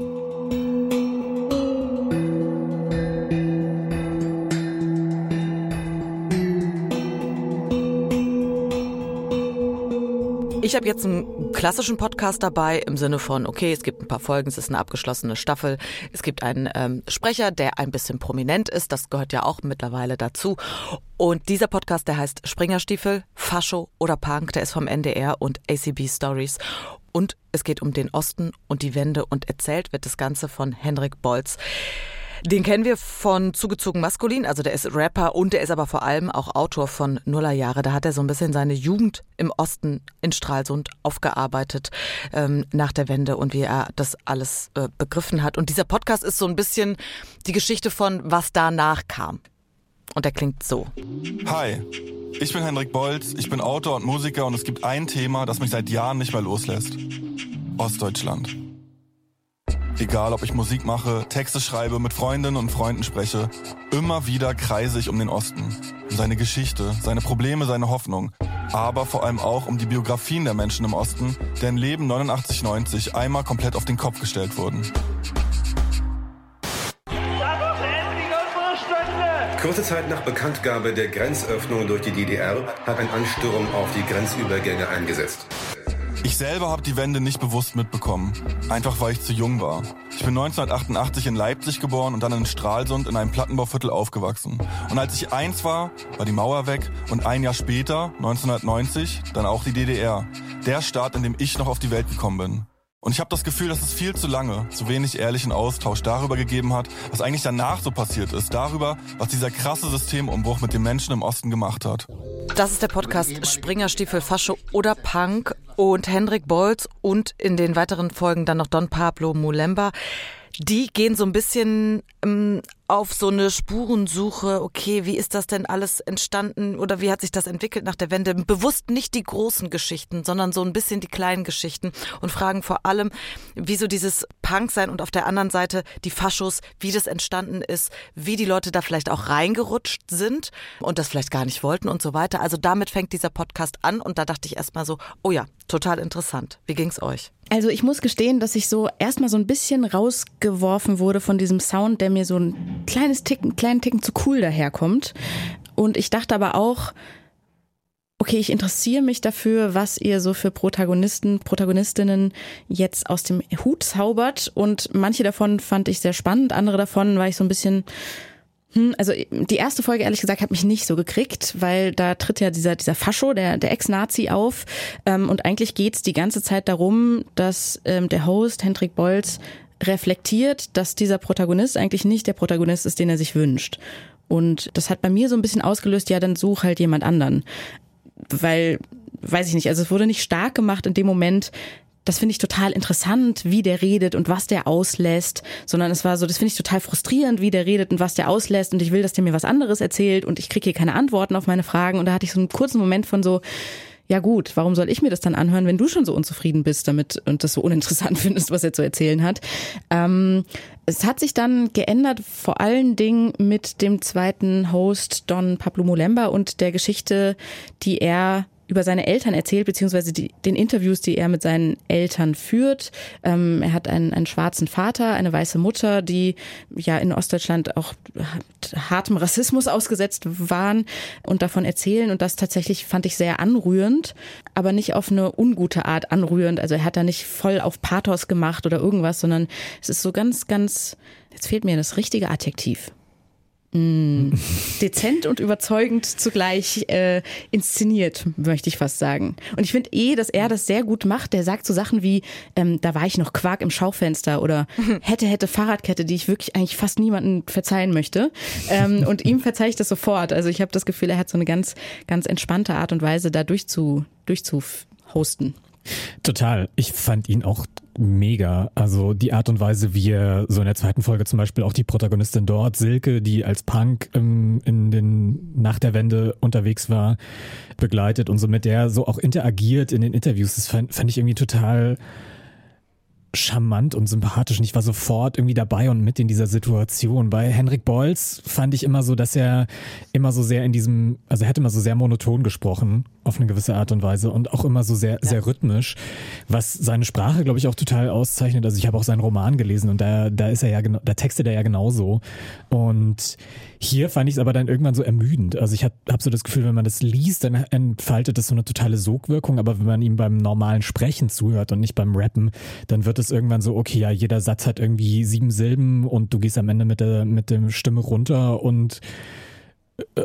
Ich habe jetzt einen klassischen Podcast dabei im Sinne von, okay, es gibt ein paar Folgen, es ist eine abgeschlossene Staffel, es gibt einen ähm, Sprecher, der ein bisschen prominent ist, das gehört ja auch mittlerweile dazu. Und dieser Podcast, der heißt Springerstiefel, Fascho oder Punk, der ist vom N D R und A C B Stories. Und es geht um den Osten und die Wende und erzählt wird das Ganze von Henrik Bolz. Den kennen wir von Zugezogen Maskulin, also der ist Rapper und der ist aber vor allem auch Autor von Nullerjahre. Da hat er so ein bisschen seine Jugend im Osten in Stralsund aufgearbeitet ähm, nach der Wende und wie er das alles äh, begriffen hat. Und dieser Podcast ist so ein bisschen die Geschichte von, was danach kam. Und der klingt so. Hi, ich bin Henrik Bolz, ich bin Autor und Musiker und es gibt ein Thema, das mich seit Jahren nicht mehr loslässt. Ostdeutschland. Egal, ob ich Musik mache, Texte schreibe, mit Freundinnen und Freunden spreche, immer wieder kreise ich um den Osten. Um seine Geschichte, seine Probleme, seine Hoffnung. Aber vor allem auch um die Biografien der Menschen im Osten, deren Leben neunundachtzig neunzig einmal komplett auf den Kopf gestellt wurden. Kurze Zeit nach Bekanntgabe der Grenzöffnung durch die D D R hat ein Ansturm auf die Grenzübergänge eingesetzt. Ich selber habe die Wende nicht bewusst mitbekommen, einfach weil ich zu jung war. Ich bin neunzehnhundertachtundachtzig in Leipzig geboren und dann in Stralsund in einem Plattenbauviertel aufgewachsen. Und als ich eins war, war die Mauer weg und ein Jahr später, neunzehnhundertneunzig, dann auch die D D R. Der Staat, in dem ich noch auf die Welt gekommen bin. Und ich habe das Gefühl, dass es viel zu lange zu wenig ehrlichen Austausch darüber gegeben hat, was eigentlich danach so passiert ist. Darüber, was dieser krasse Systemumbruch mit den Menschen im Osten gemacht hat. Das ist der Podcast Springerstiefel, Fascho oder Punk und Hendrik Bolz und in den weiteren Folgen dann noch Don Pablo Mulemba. Die gehen so ein bisschen ähm, auf so eine Spurensuche, okay, wie ist das denn alles entstanden oder wie hat sich das entwickelt nach der Wende? Bewusst nicht die großen Geschichten, sondern so ein bisschen die kleinen Geschichten und fragen vor allem, wie so dieses Punk-Sein und auf der anderen Seite die Faschos, wie das entstanden ist, wie die Leute da vielleicht auch reingerutscht sind und das vielleicht gar nicht wollten und so weiter. Also damit fängt dieser Podcast an und da dachte ich erstmal so, oh ja, total interessant. Wie ging's euch? Also ich muss gestehen, dass ich so erstmal so ein bisschen rausgeworfen wurde von diesem Sound, der mir so ein kleines Ticken, kleinen Ticken zu cool daherkommt. Und ich dachte aber auch, okay, ich interessiere mich dafür, was ihr so für Protagonisten, Protagonistinnen jetzt aus dem Hut zaubert. Und manche davon fand ich sehr spannend, andere davon war ich so ein bisschen... Also die erste Folge, ehrlich gesagt, hat mich nicht so gekriegt, weil da tritt ja dieser dieser Fascho, der der Ex-Nazi auf und eigentlich geht's die ganze Zeit darum, dass der Host Hendrik Bolz reflektiert, dass dieser Protagonist eigentlich nicht der Protagonist ist, den er sich wünscht. Und das hat bei mir so ein bisschen ausgelöst, ja, dann such halt jemand anderen. Weil, weiß ich nicht, also es wurde nicht stark gemacht in dem Moment. Das finde ich total interessant, wie der redet und was der auslässt, sondern es war so, das finde ich total frustrierend, wie der redet und was der auslässt und ich will, dass der mir was anderes erzählt und ich kriege hier keine Antworten auf meine Fragen und da hatte ich so einen kurzen Moment von so, ja gut, warum soll ich mir das dann anhören, wenn du schon so unzufrieden bist damit und das so uninteressant findest, was er zu erzählen hat. Ähm, es hat sich dann geändert, vor allen Dingen mit dem zweiten Host Don Pablo Mulemba und der Geschichte, die er über seine Eltern erzählt, beziehungsweise die, den Interviews, die er mit seinen Eltern führt. Ähm, er hat einen, einen schwarzen Vater, eine weiße Mutter, die ja in Ostdeutschland auch hartem Rassismus ausgesetzt waren und davon erzählen. Und das tatsächlich fand ich sehr anrührend, aber nicht auf eine ungute Art anrührend. Also er hat da nicht voll auf Pathos gemacht oder irgendwas, sondern es ist so ganz, ganz, jetzt fehlt mir das richtige Adjektiv. Mm, dezent und überzeugend zugleich äh, inszeniert, möchte ich fast sagen. Und ich finde eh, dass er das sehr gut macht. Der sagt so Sachen wie, ähm, da war ich noch Quark im Schaufenster oder hätte, hätte Fahrradkette, die ich wirklich eigentlich fast niemandem verzeihen möchte. Ähm, und ihm verzeihe ich das sofort. Also ich habe das Gefühl, er hat so eine ganz, ganz entspannte Art und Weise, da durchzu, durchzuhosten. Total. Ich fand ihn auch mega. Also die Art und Weise, wie er so in der zweiten Folge zum Beispiel auch die Protagonistin dort, Silke, die als Punk ähm, in den nach der Wende unterwegs war, begleitet und so mit der so auch interagiert in den Interviews. Das fand, fand ich irgendwie total charmant und sympathisch und ich war sofort irgendwie dabei und mit in dieser Situation. Bei Hendrik Bolz fand ich immer so, dass er immer so sehr in diesem, also er hat immer so sehr monoton gesprochen auf eine gewisse Art und Weise und auch immer so sehr, sehr rhythmisch, was seine Sprache, glaube ich, auch total auszeichnet. Also ich habe auch seinen Roman gelesen und da, da ist er ja genau, da textet er ja genauso. Und hier fand ich es aber dann irgendwann so ermüdend. Also ich habe hab so das Gefühl, wenn man das liest, dann entfaltet das so eine totale Sogwirkung, aber wenn man ihm beim normalen Sprechen zuhört und nicht beim Rappen, dann wird es irgendwann so, okay, ja, jeder Satz hat irgendwie sieben Silben und du gehst am Ende mit der, mit der Stimme runter und äh,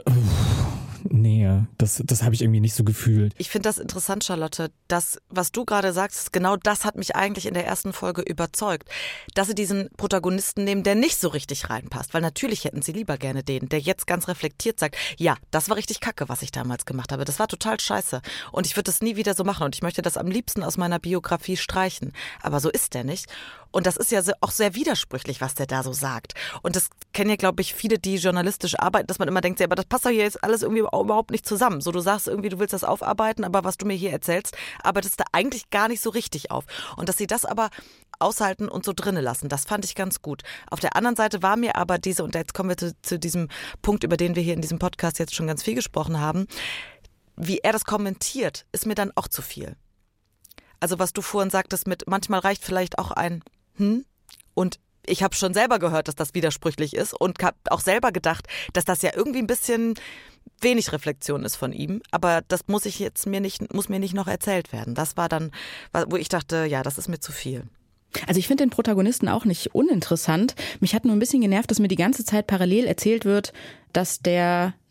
nee, das, das habe ich irgendwie nicht so gefühlt. Ich finde das interessant, Charlotte. Das, was du gerade sagst, genau das hat mich eigentlich in der ersten Folge überzeugt. Dass sie diesen Protagonisten nehmen, der nicht so richtig reinpasst. Weil natürlich hätten sie lieber gerne den, der jetzt ganz reflektiert sagt, ja, das war richtig kacke, was ich damals gemacht habe. Das war total scheiße. Und ich würde das nie wieder so machen. Und ich möchte das am liebsten aus meiner Biografie streichen. Aber so ist der nicht. Und das ist ja auch sehr widersprüchlich, was der da so sagt. Und das kennen ja, glaube ich, viele, die journalistisch arbeiten, dass man immer denkt, ja, aber das passt doch hier jetzt alles irgendwie überhaupt nicht zusammen. So, du sagst irgendwie, du willst das aufarbeiten, aber was du mir hier erzählst, arbeitest du eigentlich gar nicht so richtig auf. Und dass sie das aber aushalten und so drinnen lassen, das fand ich ganz gut. Auf der anderen Seite war mir aber diese, und jetzt kommen wir zu, zu diesem Punkt, über den wir hier in diesem Podcast jetzt schon ganz viel gesprochen haben, wie er das kommentiert, ist mir dann auch zu viel. Also was du vorhin sagtest mit, manchmal reicht vielleicht auch ein Hm? Und ich habe schon selber gehört, dass das widersprüchlich ist und habe auch selber gedacht, dass das ja irgendwie ein bisschen wenig Reflexion ist von ihm. Aber das muss ich jetzt mir nicht, muss mir nicht noch erzählt werden. Das war dann, wo ich dachte, ja, das ist mir zu viel. Also ich finde den Protagonisten auch nicht uninteressant. Mich hat nur ein bisschen genervt, dass mir die ganze Zeit parallel erzählt wird, dass der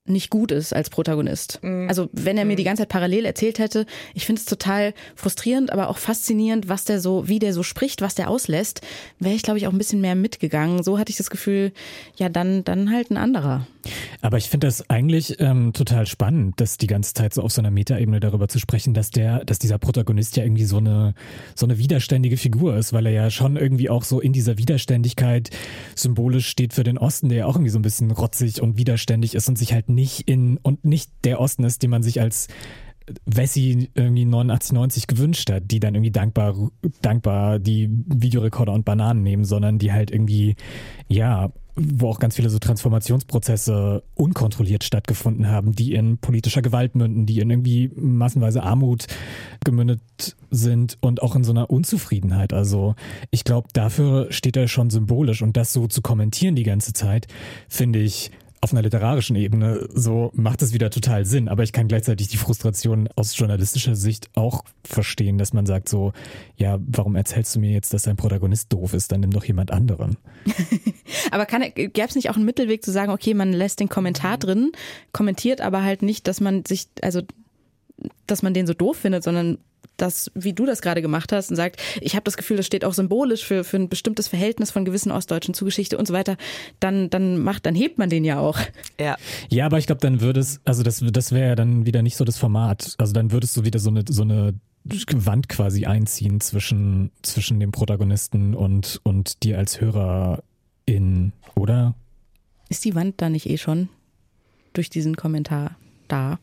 nicht gut ist als Protagonist. Mhm. Also wenn er mir die ganze Zeit parallel erzählt hätte, ich finde es total frustrierend, aber auch faszinierend, was der so, wie der so spricht, was der auslässt, wäre ich, glaube ich, auch ein bisschen mehr mitgegangen. So hatte ich das Gefühl, ja, dann, dann halt ein anderer. Aber ich finde das eigentlich ähm, total spannend, das die ganze Zeit so auf so einer Metaebene darüber zu sprechen, dass der, dass dieser Protagonist ja irgendwie so eine, so eine widerständige Figur ist, weil er ja schon irgendwie auch so in dieser Widerständigkeit symbolisch steht für den Osten, der ja auch irgendwie so ein bisschen rotzig und widerständig ist und sich halt nicht in, und nicht der Osten ist, den man sich als Wessi irgendwie neunundachtzig, neunzig gewünscht hat, die dann irgendwie dankbar, dankbar die Videorekorder und Bananen nehmen, sondern die halt irgendwie, ja, wo auch ganz viele so Transformationsprozesse unkontrolliert stattgefunden haben, die in politischer Gewalt münden, die in irgendwie massenweise Armut gemündet sind und auch in so einer Unzufriedenheit. Also ich glaube, dafür steht er schon symbolisch und das so zu kommentieren die ganze Zeit, finde ich auf einer literarischen Ebene, so macht es wieder total Sinn. Aber ich kann gleichzeitig die Frustration aus journalistischer Sicht auch verstehen, dass man sagt so, ja, warum erzählst du mir jetzt, dass dein Protagonist doof ist? Dann nimm doch jemand anderen. Aber gäbe es nicht auch einen Mittelweg zu sagen, okay, man lässt den Kommentar drin, kommentiert aber halt nicht, dass man sich, also dass man den so doof findet, sondern das, wie du das gerade gemacht hast und sagt, ich habe das Gefühl, das steht auch symbolisch für, für ein bestimmtes Verhältnis von gewissen Ostdeutschen zu Geschichte und so weiter, dann, dann macht, dann hebt man den ja auch. Ja, ja, aber ich glaube, dann würde es, also das, das wäre ja dann wieder nicht so das Format. Also dann würdest du wieder so eine, so eine Wand quasi einziehen zwischen, zwischen dem Protagonisten und, und dir als Hörerin, oder? Ist die Wand da nicht eh schon durch diesen Kommentar da?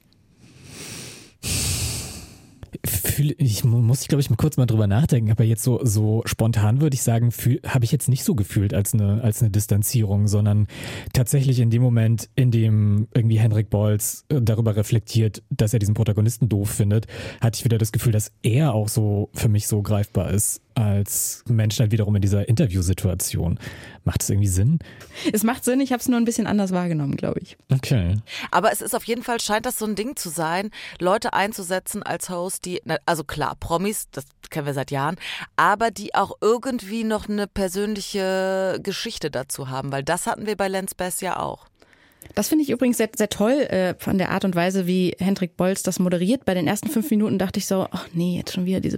Ich muss, ich glaube ich, mal kurz mal drüber nachdenken, aber jetzt so, so spontan würde ich sagen, habe ich jetzt nicht so gefühlt als eine, als eine Distanzierung, sondern tatsächlich in dem Moment, in dem irgendwie Henrik Bolz darüber reflektiert, dass er diesen Protagonisten doof findet, hatte ich wieder das Gefühl, dass er auch so für mich so greifbar ist als Mensch dann wiederum in dieser Interviewsituation. Macht das irgendwie Sinn? Es macht Sinn, ich habe es nur ein bisschen anders wahrgenommen, glaube ich. Okay. Aber es ist auf jeden Fall, scheint das so ein Ding zu sein, Leute einzusetzen als Host, die, also klar, Promis, das kennen wir seit Jahren, aber die auch irgendwie noch eine persönliche Geschichte dazu haben, weil das hatten wir bei Lenz Bass ja auch. Das finde ich übrigens sehr, sehr toll äh, von der Art und Weise, wie Henrik Bolz das moderiert. Bei den ersten fünf Minuten dachte ich so, ach nee, jetzt schon wieder diese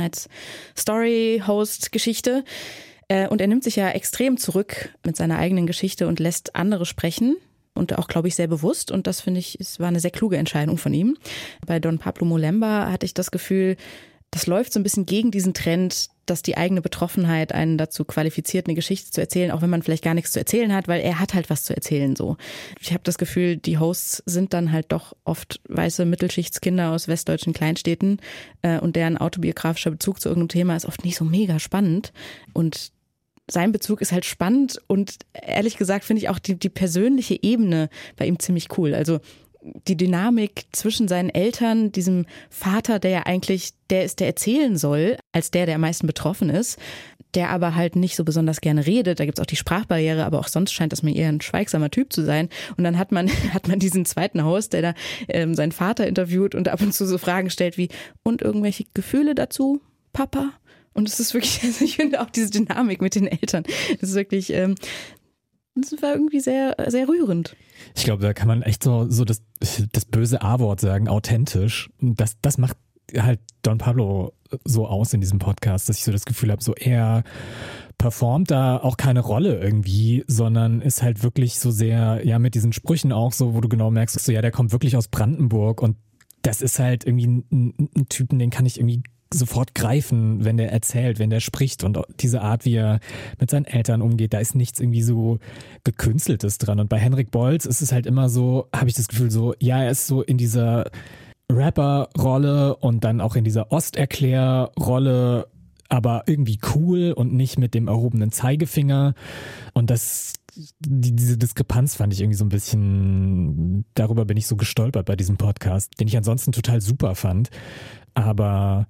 Betroffenheits-Story-Host-Geschichte. Äh, und er nimmt sich ja extrem zurück mit seiner eigenen Geschichte und lässt andere sprechen. Und auch, glaube ich, sehr bewusst. Und das finde ich, es war eine sehr kluge Entscheidung von ihm. Bei Don Pablo Molemba hatte ich das Gefühl, das läuft so ein bisschen gegen diesen Trend, dass die eigene Betroffenheit einen dazu qualifiziert, eine Geschichte zu erzählen, auch wenn man vielleicht gar nichts zu erzählen hat, weil er hat halt was zu erzählen so. Ich habe das Gefühl, die Hosts sind dann halt doch oft weiße Mittelschichtskinder aus westdeutschen Kleinstädten äh, und deren autobiografischer Bezug zu irgendeinem Thema ist oft nicht so mega spannend. Und sein Bezug ist halt spannend und ehrlich gesagt finde ich auch die, die persönliche Ebene bei ihm ziemlich cool. Also die Dynamik zwischen seinen Eltern, diesem Vater, der ja eigentlich der ist, der erzählen soll, als der, der am meisten betroffen ist, der aber halt nicht so besonders gerne redet. Da gibt's auch die Sprachbarriere, aber auch sonst scheint das mir eher ein schweigsamer Typ zu sein. Und dann hat man hat man diesen zweiten Host, der da ähm, seinen Vater interviewt und ab und zu so Fragen stellt wie, und irgendwelche Gefühle dazu, Papa? Und es ist wirklich, also ich finde auch diese Dynamik mit den Eltern, das ist wirklich, ähm, das war irgendwie sehr, sehr rührend. Ich glaube, da kann man echt so, so das, das böse A-Wort sagen, authentisch. Das, das macht halt Don Pablo so aus in diesem Podcast, dass ich so das Gefühl habe, so er performt da auch keine Rolle irgendwie, sondern ist halt wirklich so sehr, ja, mit diesen Sprüchen auch so, wo du genau merkst, so ja, der kommt wirklich aus Brandenburg und das ist halt irgendwie ein, ein Typen, den kann ich irgendwie sofort greifen, wenn der erzählt, wenn der spricht und diese Art, wie er mit seinen Eltern umgeht, da ist nichts irgendwie so Gekünsteltes dran. Und bei Henrik Bolz ist es halt immer so, habe ich das Gefühl so, ja, er ist so in dieser Rapper-Rolle und dann auch in dieser Osterklär-Rolle, aber irgendwie cool und nicht mit dem erhobenen Zeigefinger. Und das, die, diese Diskrepanz fand ich irgendwie so ein bisschen, darüber bin ich so gestolpert bei diesem Podcast, den ich ansonsten total super fand. Aber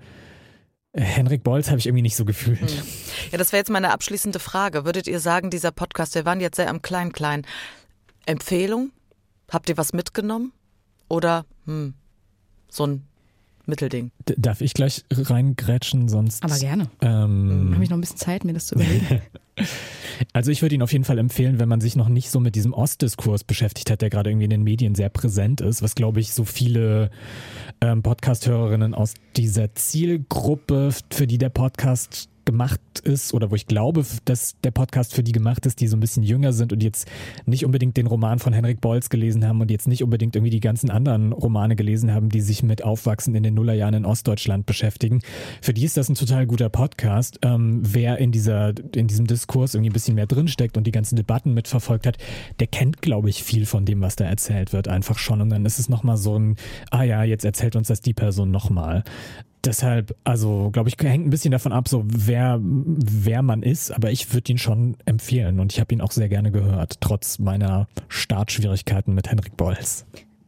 Henrik Bolz habe ich irgendwie nicht so gefühlt. Ja, das wäre jetzt meine abschließende Frage. Würdet ihr sagen, dieser Podcast, wir waren jetzt sehr am Klein-Klein. Empfehlung? Habt ihr was mitgenommen? Oder hm, so ein Mittelding? D- darf ich gleich reingrätschen? Sonst. Aber gerne. Ähm, Habe ich noch ein bisschen Zeit, mir das zu überlegen. Also ich würde ihn auf jeden Fall empfehlen, wenn man sich noch nicht so mit diesem Ostdiskurs beschäftigt hat, der gerade irgendwie in den Medien sehr präsent ist, was glaube ich so viele ähm, Podcast-Hörerinnen aus dieser Zielgruppe, für die der Podcast gemacht ist oder wo ich glaube, dass der Podcast für die gemacht ist, die so ein bisschen jünger sind und jetzt nicht unbedingt den Roman von Henrik Bolz gelesen haben und jetzt nicht unbedingt irgendwie die ganzen anderen Romane gelesen haben, die sich mit Aufwachsen in den Nullerjahren in Ostdeutschland beschäftigen. Für die ist das ein total guter Podcast. Ähm, wer in dieser, in diesem Diskurs irgendwie ein bisschen mehr drinsteckt und die ganzen Debatten mitverfolgt hat, der kennt, glaube ich, viel von dem, was da erzählt wird, einfach schon. Und dann ist es nochmal so ein, ah ja, jetzt erzählt uns das die Person nochmal. Deshalb, also glaube ich, hängt ein bisschen davon ab, so wer, wer man ist, aber ich würde ihn schon empfehlen und ich habe ihn auch sehr gerne gehört, trotz meiner Startschwierigkeiten mit Henrik Bolz.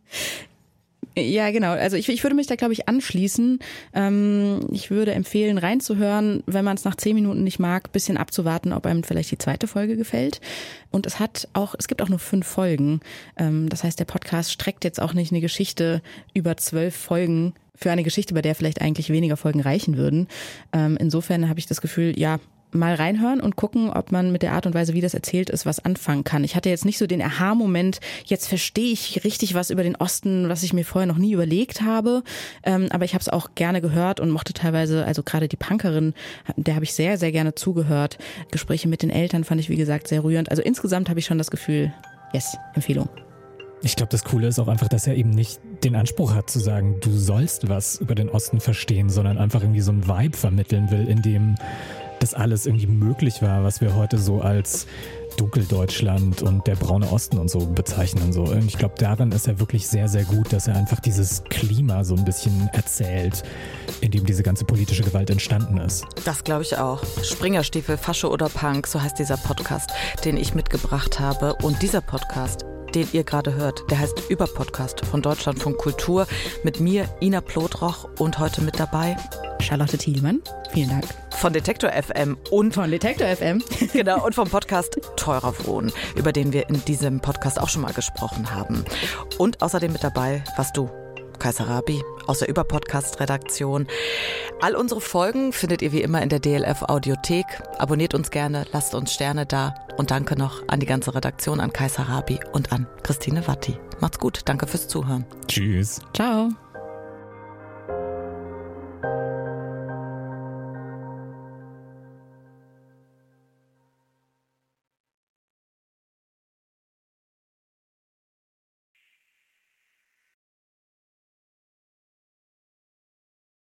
Ja, genau. Also ich, ich würde mich da, glaube ich, anschließen. Ähm, ich würde empfehlen, reinzuhören, wenn man es nach zehn Minuten nicht mag, bisschen abzuwarten, ob einem vielleicht die zweite Folge gefällt. Und es hat auch, es gibt auch nur fünf Folgen. Ähm, das heißt, der Podcast streckt jetzt auch nicht eine Geschichte über zwölf Folgen für eine Geschichte, bei der vielleicht eigentlich weniger Folgen reichen würden. Ähm, insofern habe ich das Gefühl, ja, mal reinhören und gucken, ob man mit der Art und Weise, wie das erzählt ist, was anfangen kann. Ich hatte jetzt nicht so den Aha-Moment, jetzt verstehe ich richtig was über den Osten, was ich mir vorher noch nie überlegt habe. Ähm, aber ich habe es auch gerne gehört und mochte teilweise, also gerade die Punkerin, der habe ich sehr, sehr gerne zugehört. Gespräche mit den Eltern fand ich, wie gesagt, sehr rührend. Also insgesamt habe ich schon das Gefühl, yes, Empfehlung. Ich glaube, das Coole ist auch einfach, dass er eben nicht den Anspruch hat zu sagen, du sollst was über den Osten verstehen, sondern einfach irgendwie so einen Vibe vermitteln will, in dem das alles irgendwie möglich war, was wir heute so als Dunkeldeutschland und der braune Osten und so bezeichnen. So. Und ich glaube, darin ist er wirklich sehr, sehr gut, dass er einfach dieses Klima so ein bisschen erzählt, in dem diese ganze politische Gewalt entstanden ist. Das glaube ich auch. Springerstiefel, Fasche oder Punk, so heißt dieser Podcast, den ich mitgebracht habe. Und dieser Podcast, den ihr gerade hört, der heißt Über-Podcast von Deutschlandfunk Kultur mit mir, Ina Plotroch, und heute mit dabei Charlotte Thielmann. Vielen Dank. Von Detektor F M und von Detektor F M. Genau, und vom Podcast Teurer Wohnen, über den wir in diesem Podcast auch schon mal gesprochen haben. Und außerdem mit dabei warst du, Kaiser Rabi, aus der Über-Podcast-Redaktion. All unsere Folgen findet ihr wie immer in der D L F-Audiothek. Abonniert uns gerne, lasst uns Sterne da. Und danke noch an die ganze Redaktion, an Kaiser Rabi und an Christine Watti. Macht's gut, danke fürs Zuhören. Tschüss. Ciao.